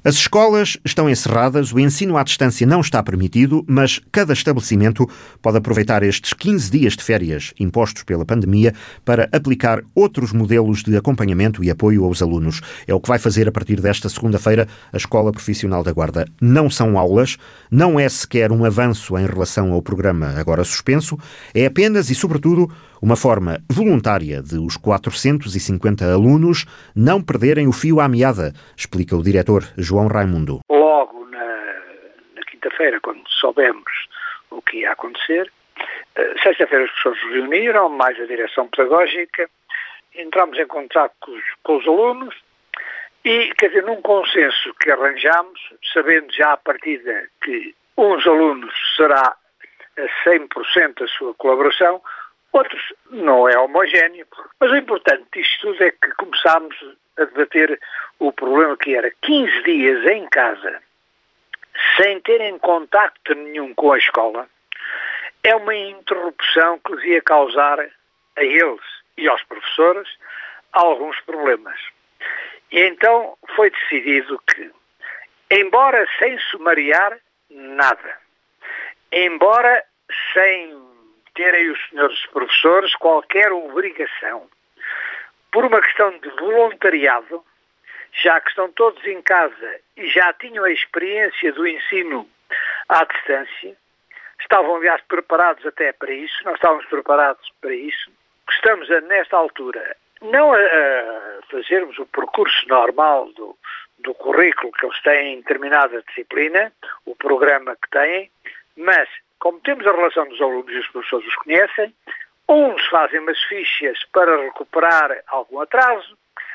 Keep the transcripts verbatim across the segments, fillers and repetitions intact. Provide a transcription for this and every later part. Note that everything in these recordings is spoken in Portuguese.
As escolas estão encerradas, o ensino à distância não está permitido, mas cada estabelecimento pode aproveitar estes quinze dias de férias impostos pela pandemia para aplicar outros modelos de acompanhamento e apoio aos alunos. É o que vai fazer a partir desta segunda-feira a Escola Profissional da Guarda. Não são aulas, não é sequer um avanço em relação ao programa agora suspenso, é apenas e sobretudo uma forma voluntária de os quatrocentos e cinquenta alunos não perderem o fio à meada, explica o diretor João Raimundo. Logo na, na quinta-feira, quando soubemos o que ia acontecer, sexta-feira as pessoas se reuniram, mais a direção pedagógica, entramos em contato com os, com os alunos e, quer dizer, num consenso que arranjamos, sabendo já à partida que uns alunos será a cem por cento a sua colaboração, outros não é homogéneo. Mas o importante disto tudo é que começámos a debater o problema que era quinze dias em casa, sem terem contacto nenhum com a escola, é uma interrupção que lhes ia causar a eles e aos professores alguns problemas. E então foi decidido que, embora sem sumariar nada, embora sem terem os senhores professores qualquer obrigação, por uma questão de voluntariado, já que estão todos em casa e já tinham a experiência do ensino à distância, estavam, aliás, preparados até para isso, nós estávamos preparados para isso, estamos, a, nesta altura, não a, a fazermos o percurso normal do, do currículo que eles têm em determinada disciplina, o programa que têm, mas como temos a relação dos alunos e os professores os conhecem, uns fazem umas fichas para recuperar algum atraso,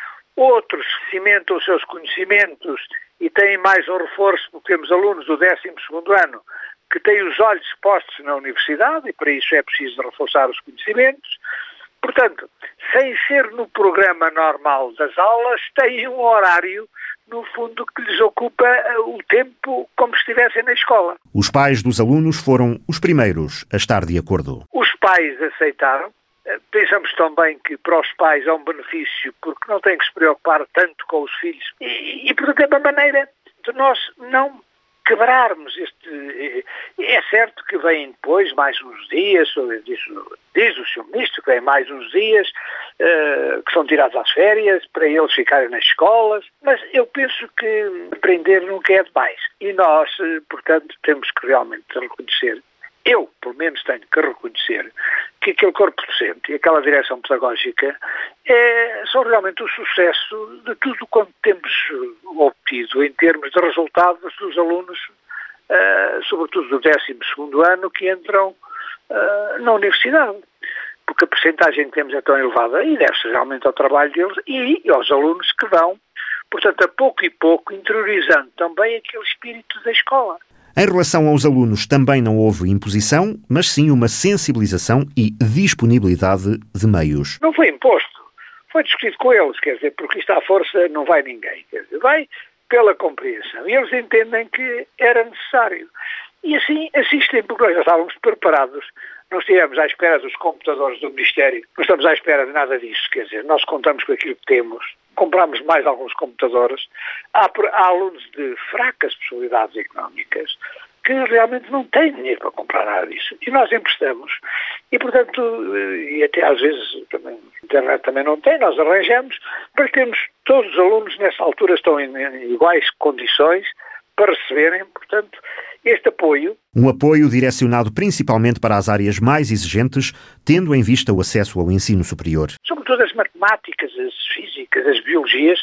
outros cimentam os seus conhecimentos e têm mais um reforço, porque temos alunos do décimo segundo ano que têm os olhos postos na universidade e para isso é preciso reforçar os conhecimentos. Portanto, sem ser no programa normal das aulas, têm um horário, no fundo, que lhes ocupa o tempo como se estivessem na escola. Os pais dos alunos foram os primeiros a estar de acordo. Os pais aceitaram. Pensamos também que para os pais é um benefício porque não têm que se preocupar tanto com os filhos. E, e portanto, é uma maneira de nós não quebrarmos este... É certo que vêm depois mais uns dias, diz, diz o senhor Ministro que vêm mais uns dias, uh, que são tirados às férias, para eles ficarem nas escolas, mas eu penso que aprender nunca é demais. E nós, portanto, temos que realmente reconhecer, eu, pelo menos, tenho que reconhecer que aquele corpo docente e aquela direção pedagógica é, são realmente o sucesso de tudo quanto temos obtido em termos de resultados dos alunos, uh, sobretudo do décimo segundo ano, que entram uh, na universidade. Porque a percentagem que temos é tão elevada e deve-se realmente ao trabalho deles e, e aos alunos que vão, portanto, a pouco e pouco, interiorizando também aquele espírito da escola. Em relação aos alunos, também não houve imposição, mas sim uma sensibilização e disponibilidade de meios. Não foi imposto, foi discutido com eles, quer dizer, porque isto à força não vai ninguém, quer dizer, vai pela compreensão. E eles entendem que era necessário. E assim assistem, porque nós já estávamos preparados. Não estivemos à espera dos computadores do Ministério, não estamos à espera de nada disso, quer dizer, nós contamos com aquilo que temos, compramos mais alguns computadores, há, há alunos de fracas possibilidades económicas que realmente não têm dinheiro para comprar nada disso, e nós emprestamos, e portanto, e até às vezes também, a internet também não tem, nós arranjamos, para termos todos os alunos nessa altura estão em, em iguais condições para receberem, portanto, este apoio. Um apoio direcionado principalmente para as áreas mais exigentes, tendo em vista o acesso ao ensino superior. Sobretudo as matemáticas, as físicas, as biologias,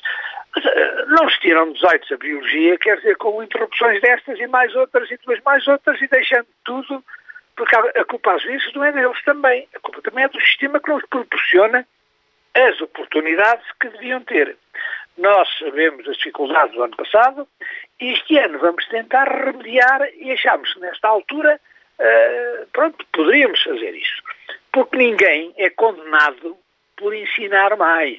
não se tiram dezoito a biologia, quer dizer, com interrupções destas e mais outras e depois mais outras e deixando tudo, porque a culpa às vezes não é deles também, a culpa também é do sistema que nos proporciona as oportunidades que deviam ter. Nós sabemos as dificuldades do ano passado e este ano vamos tentar remediar e achamos que nesta altura, uh, pronto, poderíamos fazer isso. Porque ninguém é condenado por ensinar mais.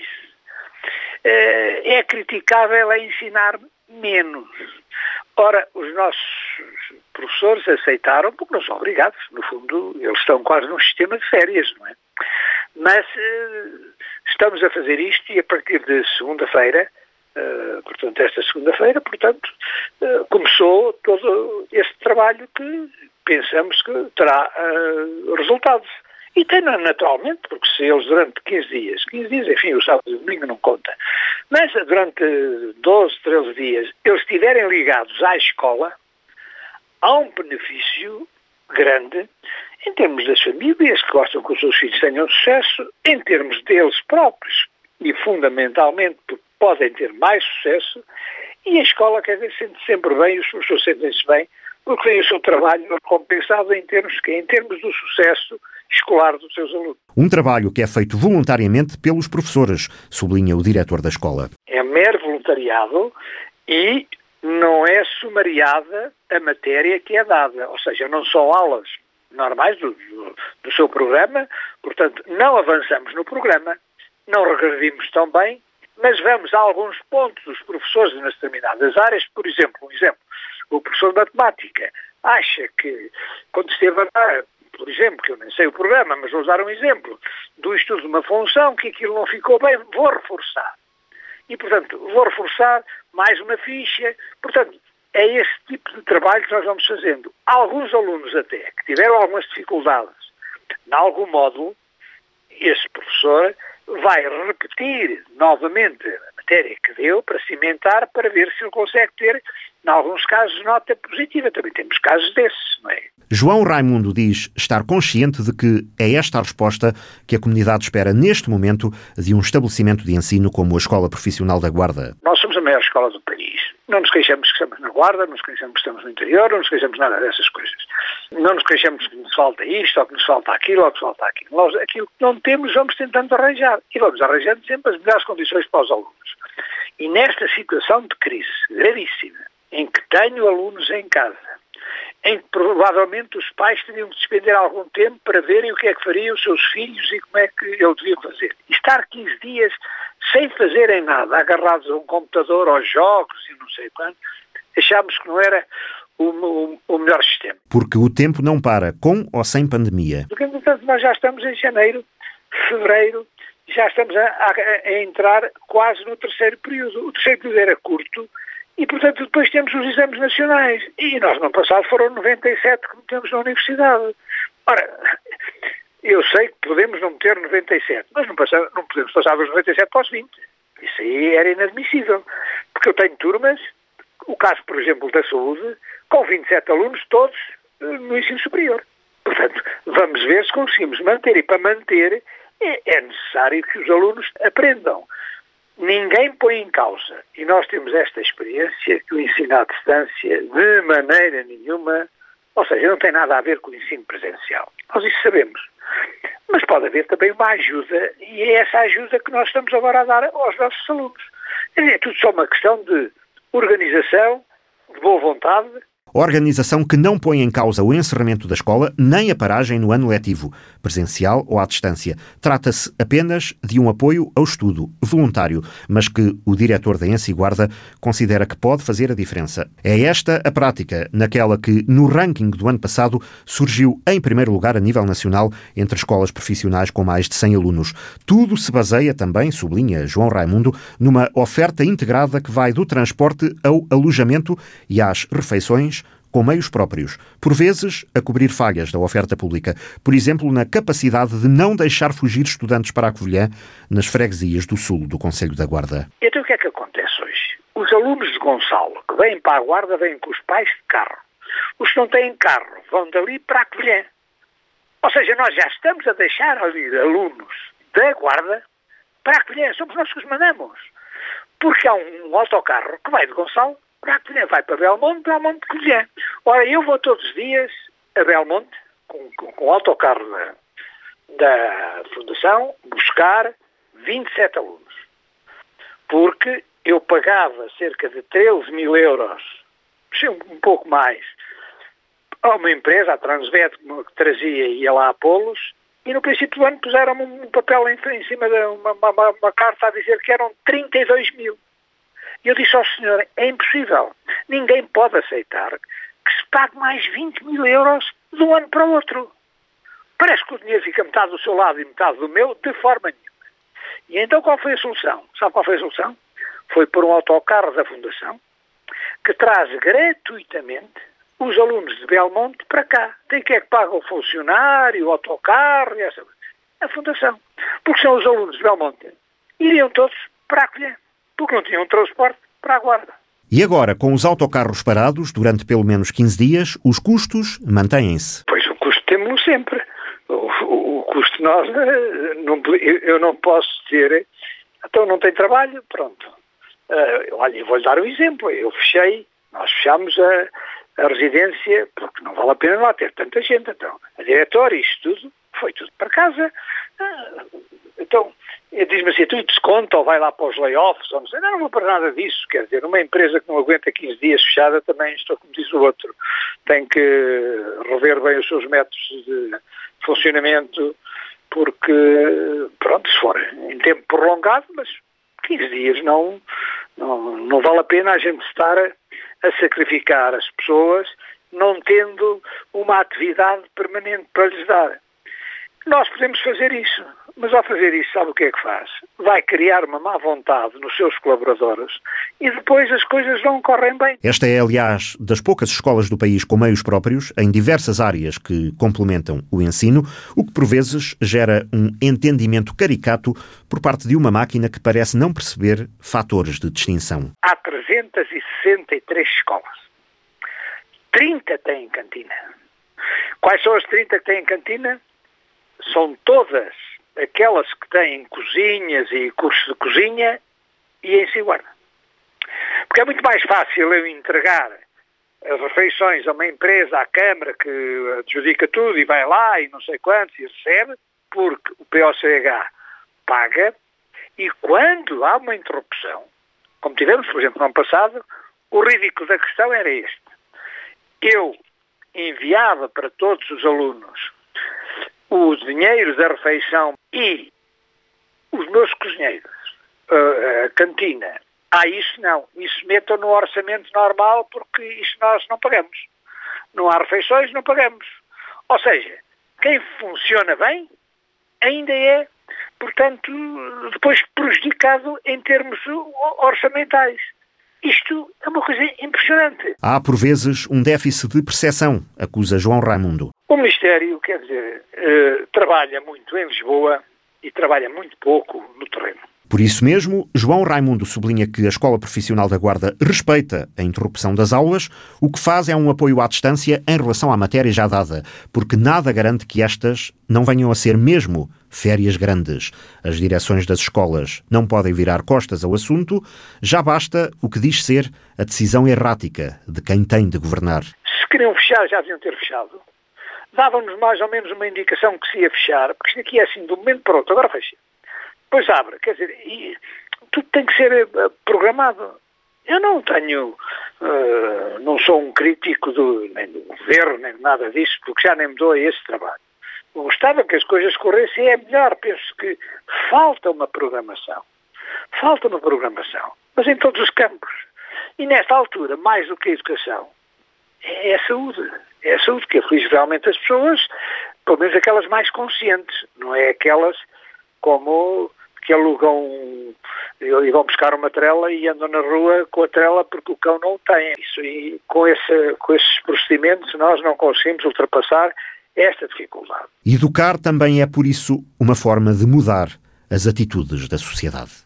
Uh, é criticável a ensinar menos. Ora, os nossos professores aceitaram porque não são obrigados. No fundo, eles estão quase num sistema de férias, não é? Mas uh, estamos a fazer isto e a partir de segunda-feira uh, portanto, esta segunda-feira, portanto, uh, começou todo este trabalho que pensamos que terá uh, resultados. E tem naturalmente, porque se eles durante quinze dias, quinze dias, enfim, o sábado e o domingo não conta, mas durante doze, treze dias, eles estiverem ligados à escola, há um benefício grande em termos das famílias que gostam que os seus filhos tenham sucesso, em termos deles próprios e fundamentalmente porque podem ter mais sucesso, e a escola, quer dizer, sente sempre bem, os professores sentem-se bem, porque tem o seu trabalho recompensado em termos, em termos do sucesso escolar dos seus alunos. Um trabalho que é feito voluntariamente pelos professores, sublinha o diretor da escola. É mero voluntariado e não é sumariada a matéria que é dada, ou seja, não são aulas normais do, do, do seu programa, portanto, não avançamos no programa, não regredimos tão bem, mas vamos a alguns pontos dos professores nas determinadas áreas. Por exemplo, um exemplo, o professor de matemática acha que, quando esteve a dar, por exemplo, que eu nem sei o programa, mas vou usar um exemplo, do estudo de uma função, que aquilo não ficou bem, vou reforçar. E, portanto, vou reforçar mais uma ficha. Portanto, é esse tipo de trabalho que nós vamos fazendo. Alguns alunos até, que tiveram algumas dificuldades, em algum módulo, esse professor vai repetir novamente a matéria que deu para cimentar, para ver se ele consegue ter, em alguns casos, nota positiva. Também temos casos desses, não é? João Raimundo diz estar consciente de que é esta a resposta que a comunidade espera neste momento de um estabelecimento de ensino como a Escola Profissional da Guarda. Nós somos a maior escola do país. Não nos queixamos que estamos na Guarda, não nos queixamos que estamos no interior, não nos queixamos nada dessas coisas. Não nos queixamos que nos falta isto, ou que nos falta aquilo, ou que nos falta aquilo. Nós, aquilo que não temos, vamos tentando arranjar. E vamos arranjando sempre as melhores condições para os alunos. E nesta situação de crise gravíssima, em que tenho alunos em casa, em que provavelmente os pais teriam que despender algum tempo para verem o que é que fariam os seus filhos e como é que eles deviam fazer. E estar quinze dias sem fazerem nada, agarrados a um computador, aos jogos e não sei quanto, achámos que não era o, o, o melhor sistema. Porque o tempo não para, com ou sem pandemia. Porque, portanto, nós já estamos em janeiro, fevereiro, já estamos a, a, a entrar quase no terceiro período. O terceiro período era curto, e, portanto, depois temos os exames nacionais. E nós, no passado, foram noventa e sete que metemos na universidade. Ora, eu sei que podemos não meter noventa e sete, mas não, passar, não podemos passar dos noventa e sete para os vinte. Isso aí era inadmissível. Porque eu tenho turmas, o caso, por exemplo, da saúde, com vinte e sete alunos, todos no ensino superior. Portanto, vamos ver se conseguimos manter. E para manter, é, é necessário que os alunos aprendam. Ninguém põe em causa, e nós temos esta experiência, que o ensino à distância, de maneira nenhuma, ou seja, não tem nada a ver com o ensino presencial. Nós isso sabemos. Mas pode haver também uma ajuda, e é essa ajuda que nós estamos agora a dar aos nossos alunos. É tudo só uma questão de organização, de boa vontade. Organização que não põe em causa o encerramento da escola nem a paragem no ano letivo, presencial ou à distância. Trata-se apenas de um apoio ao estudo, voluntário, mas que o diretor da Ensi Guarda considera que pode fazer a diferença. É esta a prática, naquela que, no ranking do ano passado, surgiu em primeiro lugar a nível nacional entre escolas profissionais com mais de cem alunos. Tudo se baseia também, sublinha João Raimundo, numa oferta integrada que vai do transporte ao alojamento e às refeições com meios próprios, por vezes a cobrir falhas da oferta pública, por exemplo, na capacidade de não deixar fugir estudantes para a Covilhã nas freguesias do sul do Concelho da Guarda. Então o que é que acontece hoje? Os alunos de Gonçalo que vêm para a Guarda vêm com os pais de carro. Os que não têm carro vão dali para a Covilhã. Ou seja, nós já estamos a deixar ali alunos da Guarda para a Covilhã. Somos nós que os mandamos. Porque há um autocarro que vai de Gonçalo para a Covilhã, vai para Belmonte, Belmonte de Covilhã. Ora, eu vou todos os dias a Belmonte, com, com, com o autocarro da, da Fundação, buscar vinte e sete alunos. Porque eu pagava cerca de treze mil euros, um pouco mais, a uma empresa, a Transvet, que trazia e ia lá a pô-los, e no princípio do ano puseram um papel em, em cima de uma, uma, uma carta a dizer que eram trinta e dois mil. E eu disse ao senhor, é impossível. Ninguém pode aceitar que se pague mais vinte mil euros de um ano para o outro. Parece que o dinheiro fica metade do seu lado e metade do meu, de forma nenhuma. E então qual foi a solução? Sabe qual foi a solução? foi por um autocarro da Fundação que traz gratuitamente os alunos de Belmonte para cá. Tem que é que paga o funcionário, o autocarro e essa coisa? A Fundação. Porque são os alunos de Belmonte. Iriam todos para acolher, porque não tinham transporte para a Guarda. E agora, com os autocarros parados durante pelo menos quinze dias, os custos mantêm-se? Pois o custo temos-lo sempre. O, o, o custo nós, não, eu não posso ter, então não tem trabalho, pronto. Uh, olha, eu vou-lhe dar um exemplo. Eu fechei, nós fechámos a, a residência, porque não vale a pena lá ter tanta gente. Então, a diretora, isto tudo, foi tudo para casa. Uh, então, diz-me assim, tudo desconta ou vai lá para os layoffs, ou não sei. Não, não vou para nada disso. Quer dizer, uma empresa que não aguenta quinze dias fechada também, estou como diz o outro, tem que rever bem os seus métodos de funcionamento, porque, pronto, se for em tempo prolongado, mas quinze dias não, não, não vale a pena a gente estar a, a sacrificar as pessoas não tendo uma atividade permanente para lhes dar. Nós podemos fazer isso, mas ao fazer isso, sabe o que é que faz? Vai criar uma má vontade nos seus colaboradores e depois as coisas não correm bem. Esta é, aliás, das poucas escolas do país com meios próprios, em diversas áreas que complementam o ensino, o que por vezes gera um entendimento caricato por parte de uma máquina que parece não perceber fatores de distinção. Há trezentas e sessenta e três escolas. trinta têm cantina. Quais são as trinta que têm cantina? São todas aquelas que têm cozinhas e cursos de cozinha e ensino-guarda. Porque é muito mais fácil eu entregar as refeições a uma empresa, à Câmara, que adjudica tudo e vai lá e não sei quantos e recebe, porque o P O C H paga, e quando há uma interrupção, como tivemos, por exemplo, no ano passado, o ridículo da questão era este. Eu enviava para todos os alunos o dinheiro da refeição e os meus cozinheiros, a cantina. Ah, isso não. Isso metam no orçamento normal porque isso nós não pagamos. Não há refeições, não pagamos. Ou seja, quem funciona bem ainda é, portanto, depois prejudicado em termos orçamentais. Isto é uma coisa impressionante. Há, por vezes, um déficit de percepção, acusa João Raimundo. O Ministério, quer dizer, eh, trabalha muito em Lisboa e trabalha muito pouco no terreno. Por isso mesmo, João Raimundo sublinha que a Escola Profissional da Guarda respeita a interrupção das aulas, o que faz é um apoio à distância em relação à matéria já dada, porque nada garante que estas não venham a ser mesmo férias grandes. As direções das escolas não podem virar costas ao assunto, já basta o que diz ser a decisão errática de quem tem de governar. Se queriam fechar, já deviam ter fechado. Davam-nos mais ou menos uma indicação que se ia fechar, porque isto aqui é assim, do momento para outro, agora fecha. Depois abre, quer dizer, e tudo tem que ser uh, programado. Eu não tenho, uh, não sou um crítico do, nem do governo, nem nada disso, porque já nem me dou a esse trabalho. Eu gostava que as coisas corressem, é melhor. Penso que falta uma programação. Falta uma programação, mas em todos os campos. E nesta altura, mais do que a educação, é a saúde. É a saúde que aflige realmente as pessoas, pelo menos aquelas mais conscientes, não é aquelas como que alugam e vão buscar uma trela e andam na rua com a trela porque o cão não o tem. Isso, e com, esse, com esses procedimentos nós não conseguimos ultrapassar esta dificuldade. Educar também é, por isso, uma forma de mudar as atitudes da sociedade.